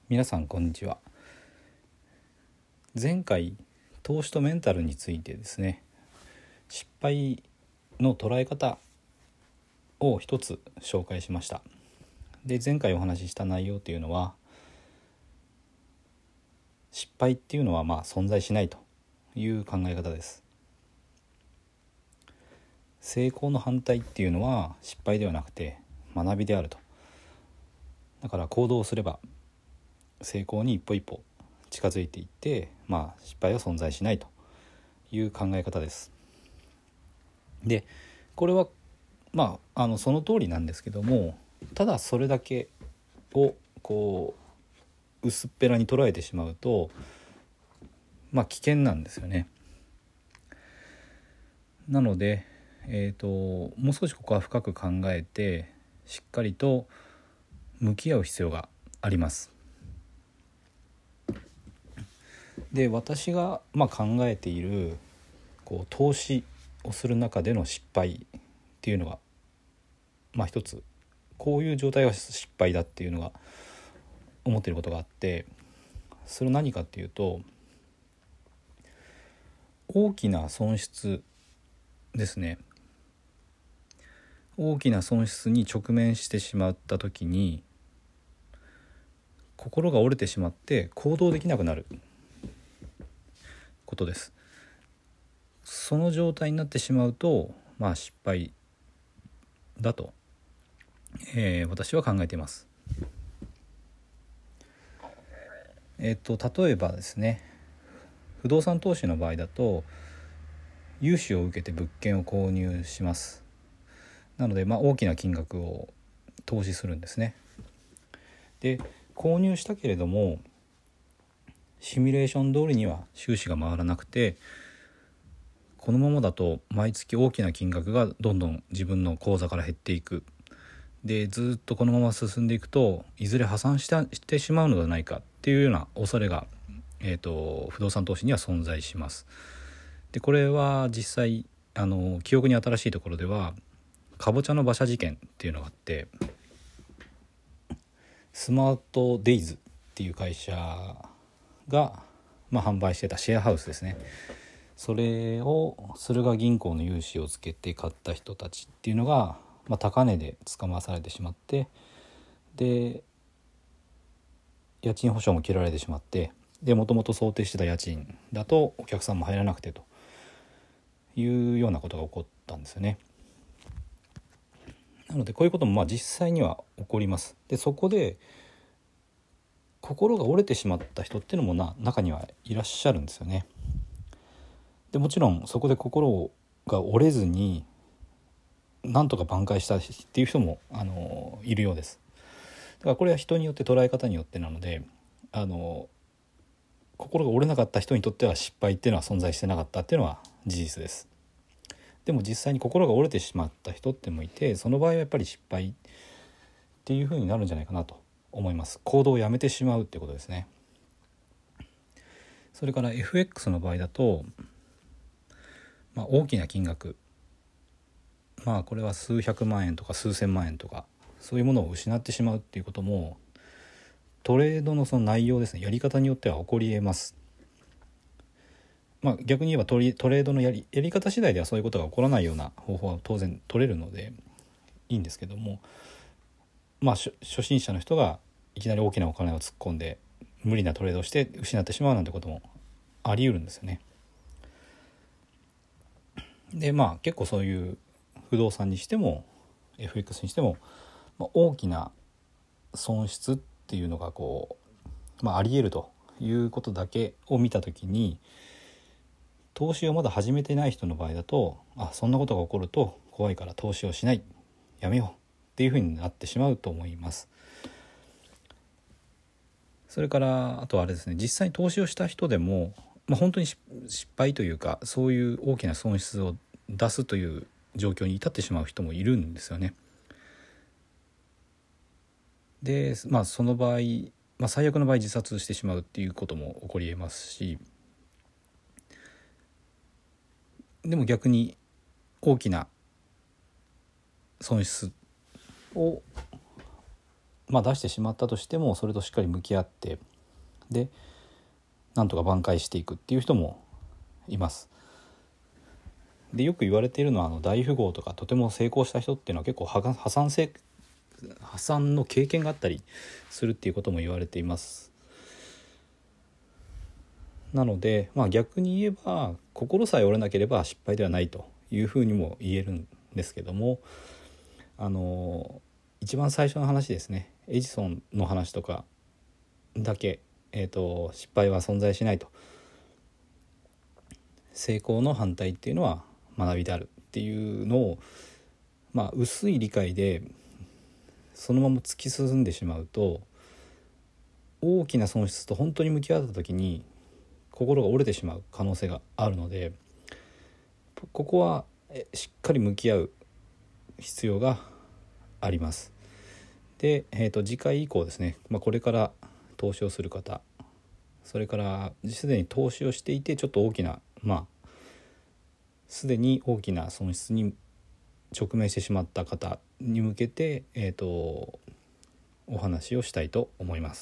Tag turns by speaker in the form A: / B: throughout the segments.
A: 皆さんこんにちは。前回投資とメンタルについてですね、失敗の捉え方を一つ紹介しました。で、前回お話しした内容というのは、失敗っていうのは存在しないという考え方です。成功の反対っていうのは失敗ではなくて学びであると。だから行動すれば成功に一歩一歩近づいていって、失敗は存在しないという考え方です。で、これはその通りなんですけども、ただそれだけを薄っぺらに捉えてしまうと危険なんですよね。なので、もう少しここは深く考えてしっかりと向き合う必要があります。で、私が考えている投資をする中での失敗っていうのが一つこういう状態は失敗だっていうのが思っていることがあって、それ何かっていうと、大きな損失ですね。大きな損失に直面してしまった時に心が折れてしまって行動できなくなることです。その状態になってしまうと失敗だと、私は考えています。例えばですね、不動産投資の場合だと融資を受けて物件を購入します。なので大きな金額を投資するんですね。で、購入したけれどもシミュレーション通りには収支が回らなくて、このままだと毎月大きな金額がどんどん自分の口座から減っていく。で、ずっとこのまま進んでいくといずれ破産してしまうのではないかっていうような恐れが、不動産投資には存在します。で、これは実際記憶に新しいところではかぼちゃの馬車事件っていうのがあって、スマートデイズっていう会社が、販売してたシェアハウスですね。それを駿河銀行の融資をつけて買った人たちっていうのが、高値で捕まされてしまって、で家賃保証も切られてしまって、でもともと想定してた家賃だとお客さんも入らなくてというようなことが起こったんですよね。なのでこういうことも実際には起こります。で、そこで心が折れてしまった人っていうのも中にはいらっしゃるんですよね。で、もちろんそこで心が折れずになんとか挽回したっていう人もいるようです。だからこれは人によって捉え方によってなので、心が折れなかった人にとっては失敗っていうのは存在してなかったっていうのは事実です。でも実際に心が折れてしまった人ってもいて、その場合はやっぱり失敗っていう風になるんじゃないかなと思います。行動をやめてしまうっていうことですね。それから FX の場合だと、大きな金額、これは数百万円とか数千万円とかそういうものを失ってしまうっていうこともトレードのその内容ですね、やり方によっては起こり得ます。逆に言えばトレードのやり方次第ではそういうことが起こらないような方法は当然取れるのでいいんですけども、初心者の人がいきなり大きなお金を突っ込んで無理なトレードをして失ってしまうなんてこともあり得るんですよね。で、結構そういう不動産にしても FX にしても、大きな損失っていうのがあり得るということだけを見たときに、投資をまだ始めてない人の場合だと、そんなことが起こると怖いから投資をしない、やめようっていうふうになってしまうと思います。それからあとはあれですね、実際に投資をした人でも、本当に失敗というかそういう大きな損失を出すという状況に至ってしまう人もいるんですよね。で、その場合、最悪の場合自殺してしまうっていうことも起こり得ますし、でも逆に大きな損失を、 出してしまったとしてもそれとしっかり向き合って、でなんとか挽回していくっていう人もいます。でよく言われているのは大富豪とかとても成功した人っていうのは結構破産の経験があったりするっていうことも言われています。なので、逆に言えば心さえ折れなければ失敗ではないというふうにも言えるんですけども、一番最初の話ですね、エジソンの話とかだけ、失敗は存在しないと、成功の反対っていうのは学びであるっていうのを、薄い理解でそのまま突き進んでしまうと、大きな損失と本当に向き合った時に心が折れてしまう可能性があるので、ここはしっかり向き合う必要があります。で、次回以降ですね、これから投資をする方、それからすでに投資をしていてちょっと大きなすでに大きな損失に直面してしまった方に向けて、お話をしたいと思います。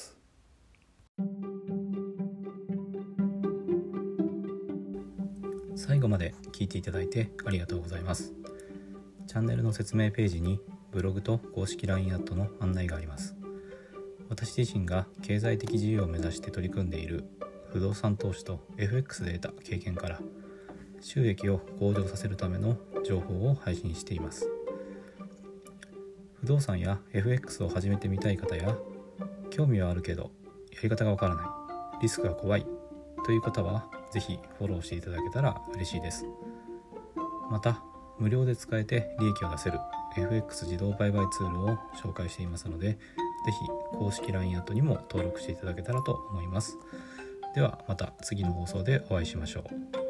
A: 最後まで聞いていただいてありがとうございます。チャンネルの説明ページにブログと公式 LINE アットの案内があります。私自身が経済的自由を目指して取り組んでいる不動産投資と FX で得た経験から収益を向上させるための情報を配信しています。不動産や FX を始めてみたい方や、興味はあるけどやり方がわからない、リスクが怖いという方はぜひフォローしていただけたら嬉しいです。また無料で使えて利益を出せる FX 自動売買ツールを紹介していますので、ぜひ公式 LINE アットにも登録していただけたらと思います。ではまた次の放送でお会いしましょう。